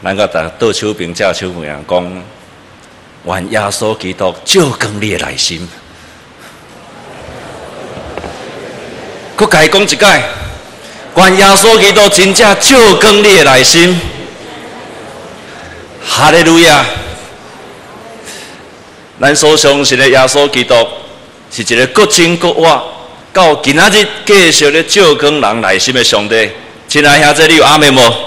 咱个倒手边正手边人讲，愿耶稣基督照光你的内心。佮甲伊讲一解，愿耶稣基督真正照光你的内心。哈利路亚！咱所相信的耶稣基督是一个各真各活，到今仔日继续咧照光人内心的上帝。亲爱兄弟，你有阿门无？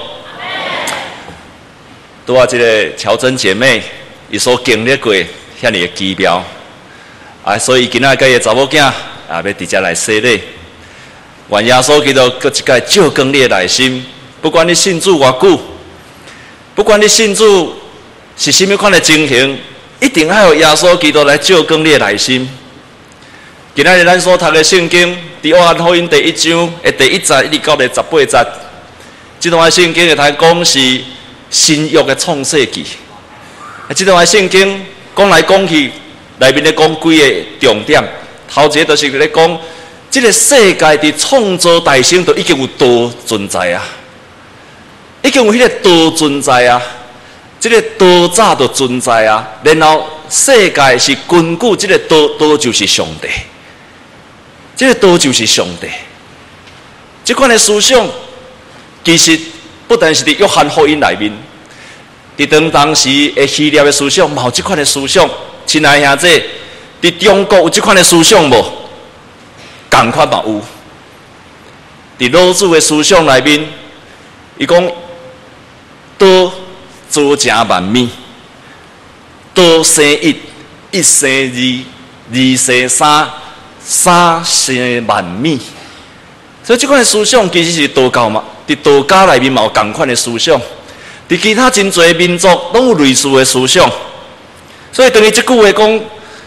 拄啊，这个乔珍姐妹，伊所经历过遐尼的奇妙，所以今仔甲伊查某囝要直接来洗礼。愿耶稣基督搁一摆照光你的内心，不管你信主偌久，不管你信主是甚物款的情形，一定要有耶稣基督来照光你的内心。今仔日咱所读的圣经，伫约翰福音第1章的第1节一直到第18节，这段圣经会通讲是新约的创世纪。这段圣经讲来讲去，内面咧讲几个重点。头一个就是咧讲，这个世界伫创造诞生就已经有道存在啊，已经有迄个道存在啊，这个道早就存在啊。然后世界是根据这个道，道就是上帝。这个道就是上帝。这款的思想，其实不但是伫约翰福音内面，伫当时的希腊的思想，嘛有这款的思想。亲爱兄弟，伫中国有这款的思想无？同款嘛有。伫老子的思想内面，伊讲道造成万物，道生一，一生二，二生三。三生万物，所以这款的思想其实是道教嘛，伫道家内面嘛有同款的思想，伫其他真侪民族拢有类似的思想，所以等于这句话讲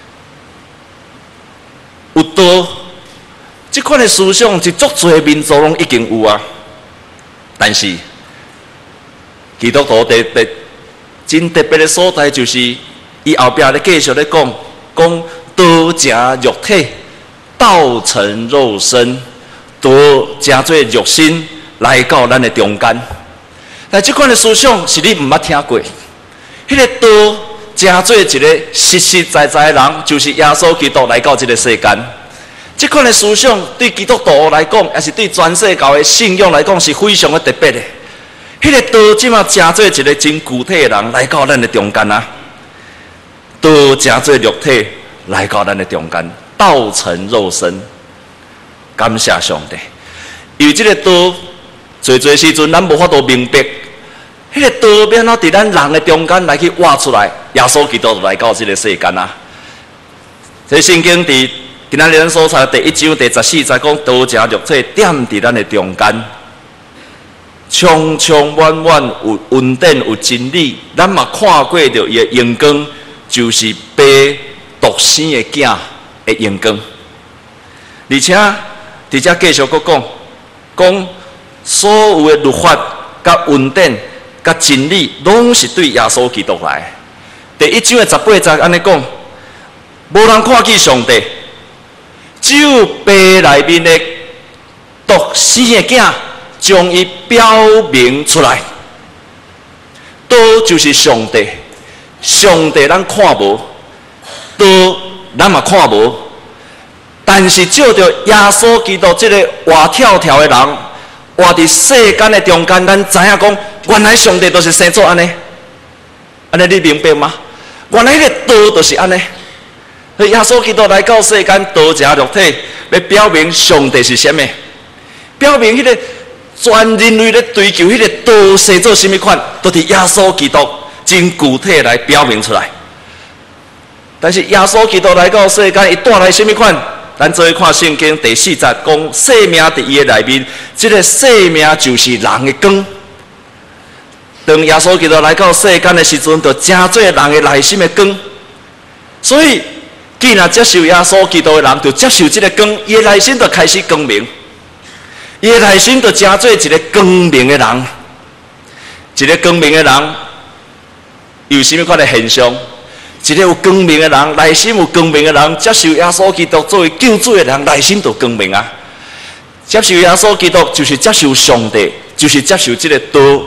有道，这款的思想是足侪民族拢已经有啊，但是基督徒真特别的所在就是伊后壁咧继续咧讲道成肉体。道成肉身，道成做肉身来到咱的中间。但这款的思想是你毋捌听过。迄个道成做一个实实在在的人，就是耶稣基督来到这个世间。这款的思想对基督徒来讲，也是对全世界的信仰来讲，是非常的特别的。迄个道即马成做一个真具体的人来到咱的中间啊！道成做肉体来到咱的中间。道成肉身，感谢上帝。因为这个道，侪时阵咱无法度明白，迄个道要安怎伫咱人的中间来去挖出来。耶稣基督来到这个世间啊！这圣经伫今仔日咱所查第1章第14节讲，道成肉体点伫咱的中间，充充满满有恩典有真理。咱嘛看过着伊的阳光，就是爸独生的囝。的阳光，而且伫遮继续佫讲所有的律法、甲恩典、甲真理，拢是对耶稣基督来。第1章的18节安尼讲，无人看见上帝，只有爸内面的独生的囝，将伊表明出来。道就是上帝，上帝咱看无，道。咱嘛看无，但是照着耶稣基督这个活跳跳的人，活伫世间的中间，咱知影讲，原来上帝都是生做安尼，安尼你明白吗？原来迄个道就是安尼，所以耶稣基督来到世间，道成肉体，要表明上帝是啥物，表明迄个全人类咧追求迄个道生做甚物款，都伫耶稣基督真具体来表明出来。但是耶稣基督来到世间，伊带来甚物款？咱做去看圣经第4节讲，生命伫伊的内面，这个生命就是人的光。当耶稣基督来到世间的时阵，就成做人的内心的光。所以，既然接受耶稣基督的人，就接受这个光，伊的内心就开始光明。伊的内心就成做一个光明的人。一个光明的人，有甚物款的现象？一个有光明的人，内心有光明的人，接受耶稣基督作为救主的人，内心就光明啊！接受耶稣基督就是接受上帝，就是接受这个道，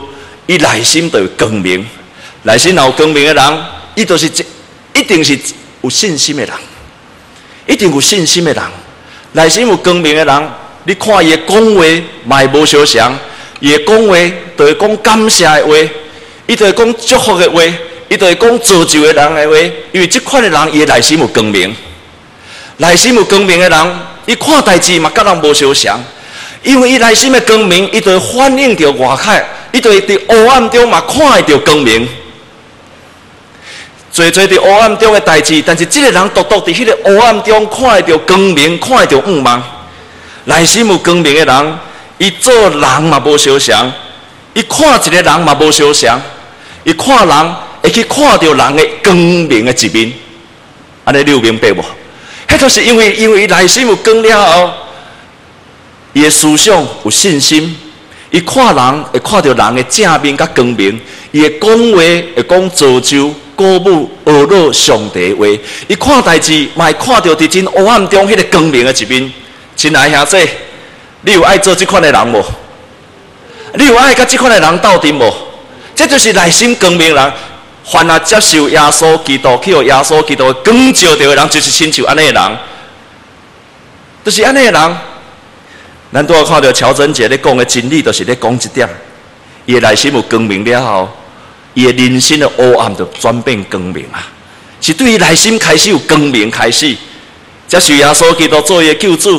伊内心就有光明。内心若有光明的人，伊就是一定是有信心的人，一定有信心的人。内心有光明的人，你看伊的讲话嘛会无相像，伊的讲话就会讲感谢的话，伊就会讲祝福的话，伊就会讲造就的人的话。因为这款的人，伊的内心有光明。内心有光明的人，伊看代志嘛，甲人无相像。因为伊内心的光明，伊就会反映着外界，伊就会伫黑暗中嘛看会到光明。做伫黑暗中的代志，但是这个人独独伫迄个黑暗中看会到光明，看会到光芒。内心有光明的人，伊做人嘛无相像，伊看一个人嘛无相像，伊看人会去看到人的光明的一面。安尼你有明白无？迄就是因为伊内心有光了后，伊的思想有信心，伊看人会看到人的正面甲光明，伊的讲话会讲造就、鼓舞、学乐上帝的话，伊看代志嘛会看到伫真黑暗中迄个光明的一面。亲爱兄弟，你有爱做这款的人无？你有爱甲这款的人斗阵无？这就是内心光明的人。凡啊接受耶稣基督，去互耶稣基督光照着的人，就是亲像安尼的人，就是安尼的人。咱拄仔看到乔珍姐咧讲的真理，就是咧讲一点：伊的内心有光明了后，伊的人生的黑暗就转变光明啊！是对伊内心开始有光明，开始接受耶稣基督做伊的救主。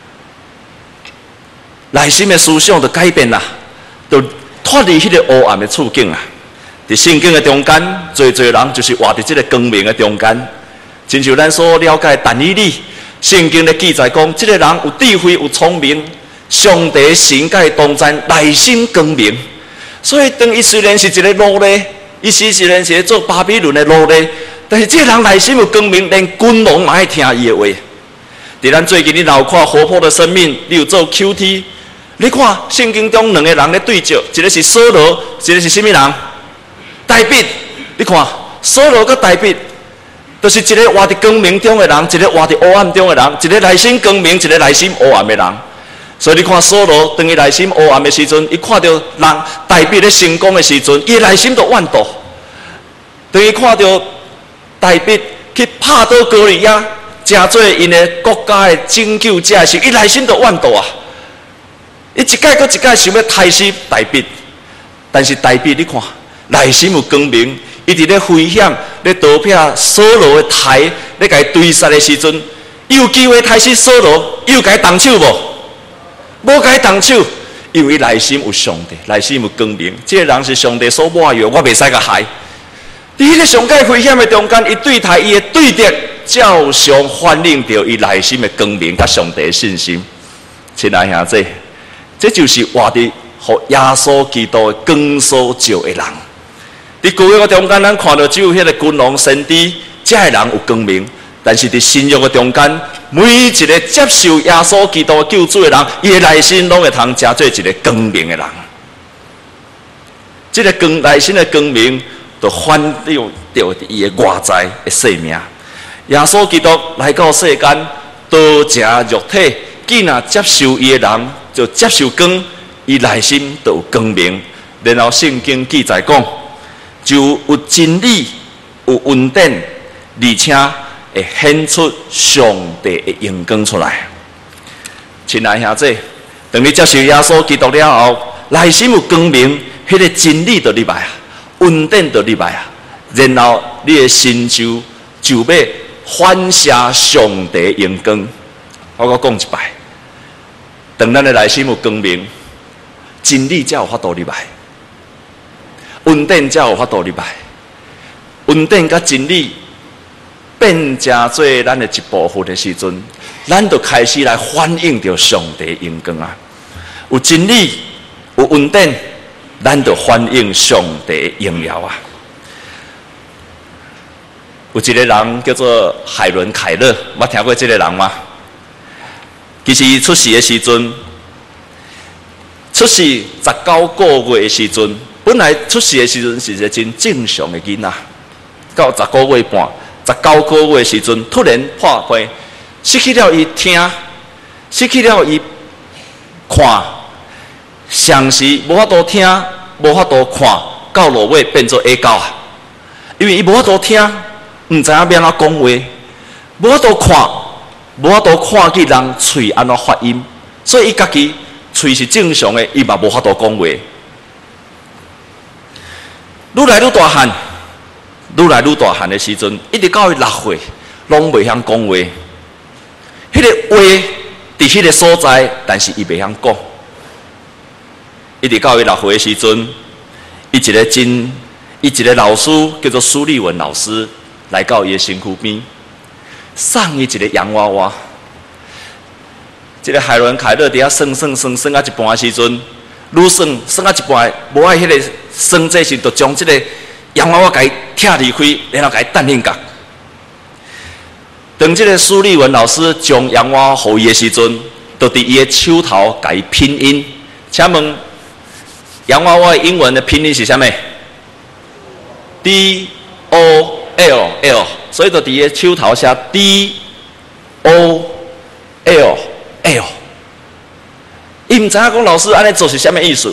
内心的思想就改变啦，就脱离迄个黑暗的处境啊！伫圣经的中间，侪人就是活伫这个光明的中间。亲像咱所了解但以理，圣经的记载讲，这个人有智慧、有聪明，上帝神甲伊同在，内心光明。所以，当伊虽然是一个奴隶，伊虽然是做巴比伦的奴隶，但是这个人内心有光明，连君王嘛爱听伊的话。伫咱最近你若有看《活泼的生命》，你有做 QT。你看圣经中两个人咧对照，一个是扫罗，一个是什么人？大卫。你看扫罗跟大卫，就是一个活伫光明中的人，一个活伫黑暗中的人，一个内心光明，一个内心黑暗的人。所以你看扫罗，当伊内心黑暗的时阵，伊看到人大卫咧成功的时阵，伊内心就怨妒。当伊看到大卫去拍倒歌利亚，成做因的国家的拯救者的时，伊内心就怨妒啊！伊一届搁一届想要杀死大卫，但是大卫你看内心有光明，伊伫咧危险、咧夺撇扫罗的台，咧甲伊追杀的时阵，伊有机会杀死扫罗，伊有甲伊动手无？无甲伊动手，因为内心有上帝，内心有光明。这个人是上帝所抹药，我袂使甲害。伫迄个上界危险的中间，伊对待伊的对敌，照常反映着伊内心的光明甲上帝的信心。亲爱兄弟。这就是活伫互耶稣基督的光所照的人。伫旧约的中间，咱看到只有迄个君王、先知，这个人有光明；但是伫新约的中间，每一个接受耶稣基督救主的人，伊的内心拢会通成做一个光明的人。这个内心的光明，就反映着伊的外在的生命。耶稣基督来到世间，道成肉体，既然接受伊的人，就接受光，伊内心就有光明。然后圣经记载讲，就有真理，有恩典，而且会显出上帝的荣光出来。亲爱兄弟，当你接受耶稣基督了后，内心有光明，迄个真理就入来啊，恩典就入来啊。然后你的心就要反射上帝的荣光。我讲一摆。当咱的内心有光明，真理才有法度入来，恩典才有法度入来。恩典甲真理变成做咱的一部分的时阵，咱就开始来反映着上帝的荣光啊！有真理，有恩典，咱就反映上帝的荣耀啊！有一个人叫做海伦·凯勒，捌听过这个人吗？其实伊出世的时阵，出世19个月的时阵，本来出世的时阵是一个真正常的囡仔，到10个月半、19个月的时阵，突然破病，失去了伊听，失去了伊看，上时无法度听， 无法度看到落尾变做A狗啊，因为伊无法度听，毋知影要安怎讲话，无法度看，无法度看见人喙安怎发音，所以伊家己喙是正常的，伊嘛无法度讲话。愈来愈大汉，愈来愈大汉的时阵，一直到伊6岁，拢袂晓讲话。迄个话伫迄个所在，但是伊袂晓讲。一直到伊6岁的时阵，伊一个老师叫做苏立文老师来到伊的身躯边，送伊一个洋娃娃。这个海伦凯勒伫遐算啊一半的时阵，愈算啊一半，无爱迄个算这时，就将这个洋娃娃给拆离开，然后给弹性角。当这个苏立文老师将洋娃娃给伊的时阵，就伫伊的手头给伊拼音。请问，洋娃娃的英文的拼音是啥物 ？D O L L， 所以就伫伊的手头写 D O L L。伊唔知影讲老师安尼做是啥物意思。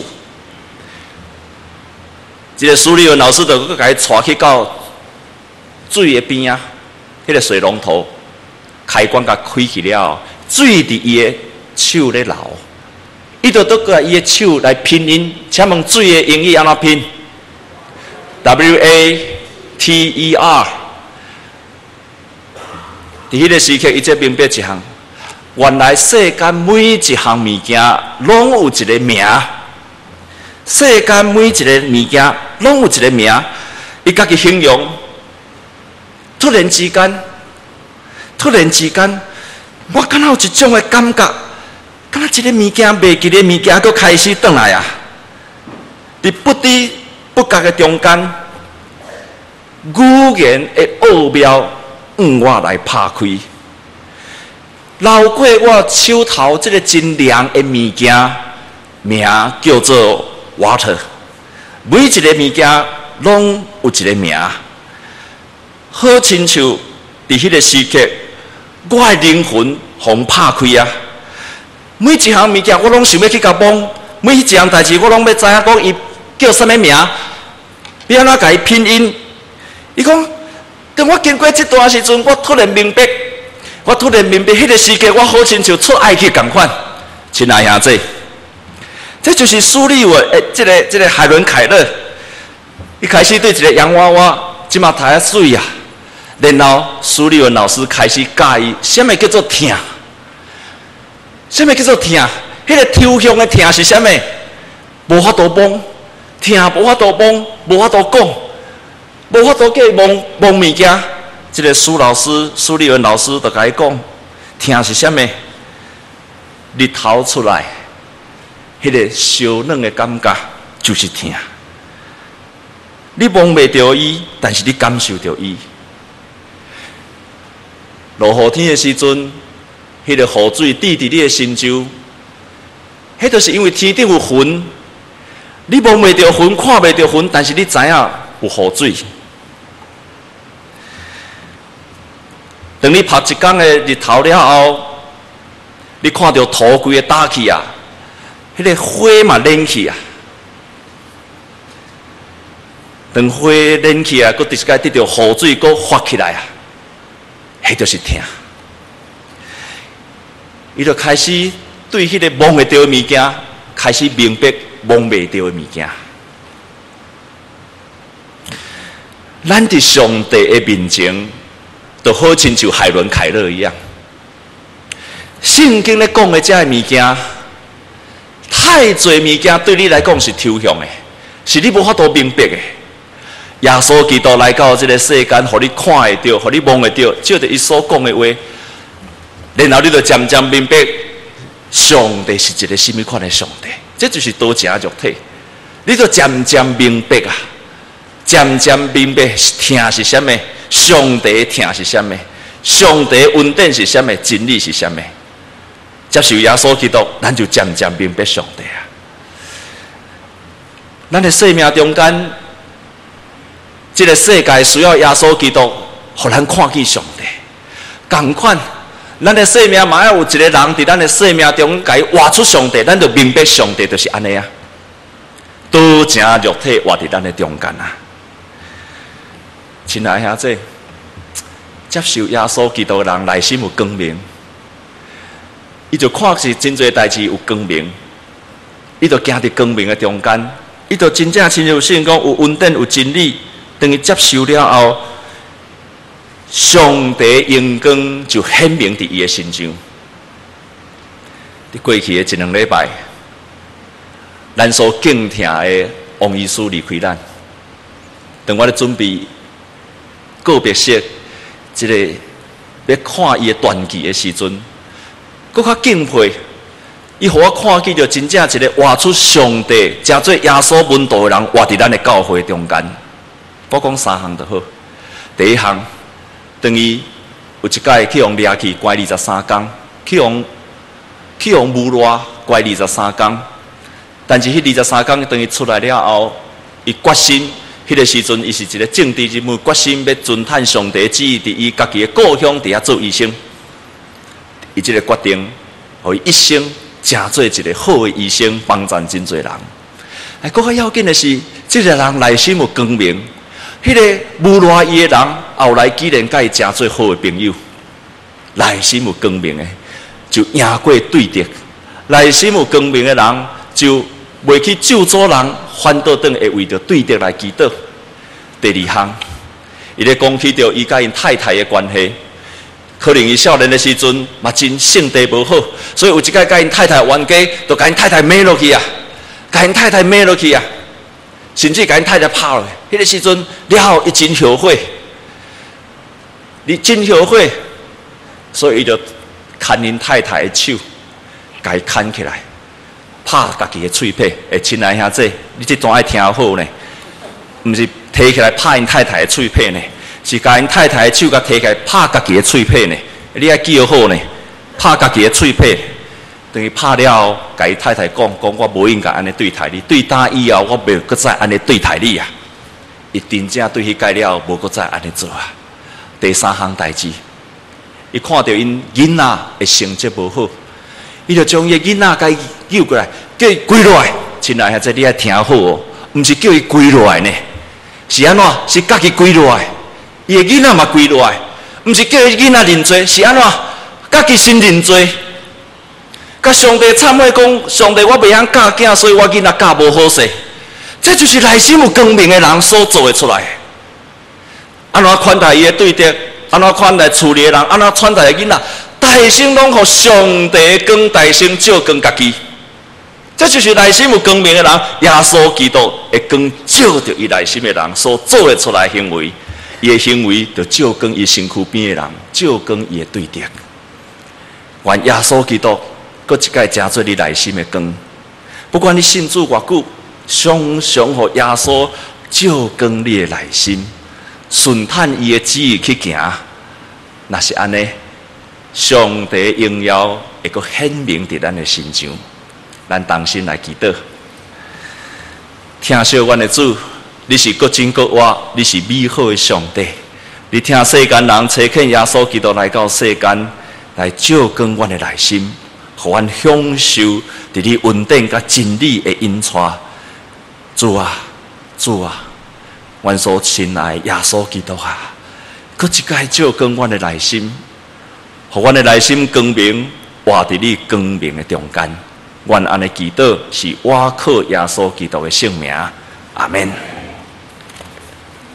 这个苏立文老师就佮伊带去到水的边啊，迄个水龙头开关甲开起了，水伫伊的手咧流，伊就拄过伊的手来拼音。请问水的英语安怎拼 ？WATER。伫迄个时刻，伊才明白一项，原来世间每一项物件拢有一个名。世间每一个物件拢有一个名，伊家己形容。突然之间，我敢若有一种的感觉，敢若一个物件袂记的物件，佫开始转来啊！伫不知不觉的中间，语言的奥妙向我来拍开，流过我手头这个真凉的物件，名叫做 water。每一个物件拢有一个名，好亲像伫迄个时刻，我的灵魂互拍开啊！每一项物件我拢想要去甲摸，每一项代志我拢要知影讲伊叫啥物名，要安怎甲伊拼音。伊讲，当我经过这段时阵，我突然明白，迄个时刻我好亲像出爱去共款。亲爱兄弟，这就是苏立文这个海伦凯勒，一开始对一个洋娃娃，即马睇啊水啊，然后苏立文老师开始教伊，什么叫做听？什么叫做听？迄个抽象的听是啥物？无法度摸，听无法度摸，无法度讲，无法度叫伊摸物件。这个苏立文老师就甲伊讲，听是啥物？日头出来，迄个烧软的感觉就是听。你摸袂着伊，但是你感受着伊。落雨天的时阵，迄个雨水滴伫你的身周，迄就是因为天顶有云。你摸袂着云，看袂着云，但是你知影有雨水。当你晒一天的日头了后，你看到土规个打起啊，迄个火嘛燃起啊。当火燃起啊，佮第一摆得到雨水，佮发起来啊，迄就是听。伊就开始对迄个摸袂到的物件，开始明白摸袂到的物件。咱伫上帝的面前，就好亲像海伦凯勒一样。圣经咧讲的这些物件，太侪物件对你来讲是抽象的，是你无法度明白的。耶稣基督来到这个世间，互你看会到，互你摸会到，照着伊所讲的话，然后你就渐渐明白，上帝是一个什么款的上帝。这就是道成肉体，你就渐渐明白啊，渐渐明白听是啥物，上帝听是啥物，上帝恩典是啥物，真理是啥物。接受耶稣基督，咱就渐渐明白上帝啊。咱的生命中间，这个世界需要耶稣基督，互咱看见上帝。同款，咱的生命嘛要有一个人伫咱的生命中，甲伊活出上帝，咱就明白上帝就是安尼啊。 道成肉体活伫咱的中间啊！亲爱的兄弟，接受耶稣基督的人内心有光明，伊就看是真侪代志有光明，伊就行伫光明的中间，伊就真正亲像信讲有稳定有真理，等于接受了后，上帝荣光就显明伫伊的身上。伫过去的一两礼拜，咱所敬听的王医师离开咱，当我咧准备告别式，一个要看伊的传记的时阵，搁较敬佩，伊互我看见着真正一个活出上帝，真做耶稣门徒的人，活伫咱的教会中间。我讲3项就好。第一项，等于有一届去用掠去关23天，去用污烂关23天，但是迄23天等于出来了后，伊决心。迄个时阵，伊是一个政治人物，决心要遵探上帝旨意，伫伊家己的故乡底下做医生。伊即个决定，互伊一生成做一个好的医生，帮助真侪人。更较要紧的是，即个人内心有光明。迄个污烂伊的人，后来既然甲伊成做好的朋友，内心有光明的，就赢过对敌；内心有光明的人，就袂去咒诅人，反倒等会为着对敌来祈祷。第二项，伊咧讲起着伊甲因太太的关系，可能伊少年的时阵嘛真性地无好，所以有一届甲因太太冤家，就甲因太太骂落去啊，甲因太太骂落去啊，甚至甲因太太拍落去。迄个时阵了后，伊真后悔，你真后悔，所以伊就牵因太太的手，甲伊牵起来。拍家己的喙皮，亲爱兄弟，你这段爱听好呢，毋是摕起来拍因太太的喙皮呢，是甲因太太的手甲摕起来拍家己的喙皮呢。你爱记好呢，拍家己的喙皮，等于拍了后，甲伊太太讲，我无应该安尼对待你，对打以后，我袂搁再安尼对待你啊。伊真正对迄届了，无搁再安尼做啊。第三项代志，伊看到因囡仔的成绩无好。伊就将伊囡仔甲伊救过来，叫伊跪落来。亲爱的，你爱听好哦，毋是叫伊跪落来呢，是安怎？是家己跪落来，伊的囡仔嘛跪落来，毋是叫伊囡仔认罪，是安怎？家己先认罪。甲上帝忏悔讲，上帝我袂晓教囝，所以我囡仔教无好势。这就是内心有光明的人所做的出来。安怎款待伊的对敌？安怎款待处理的人？安怎款待囡仔？大心拢互上帝光，大心照光家己，这就是内心有光明的人。耶稣基督会光照着伊内心的人所做的出来的行为，伊的行为就照光伊身躯边的人，照光伊的对敌。愿耶稣基督搁一届成做你内心的光，不管你信主偌久，常常互耶稣照光你的内心，顺探伊的旨意去行。若是安尼，上帝荣耀会阁显明伫咱的身上，咱同心来祈祷。听小阮的主，你是国真国活，你是美好的上帝。你听世间人找见耶稣基督来到世间，来照光阮的内心，互阮享受伫你稳定甲真理的引带。主啊，主啊，阮所亲爱耶稣基督啊，阁一届照光阮的内心。互阮的内心光明，活伫你光明的中间。愿安尼祈祷，是我靠耶稣基督的圣名，阿门。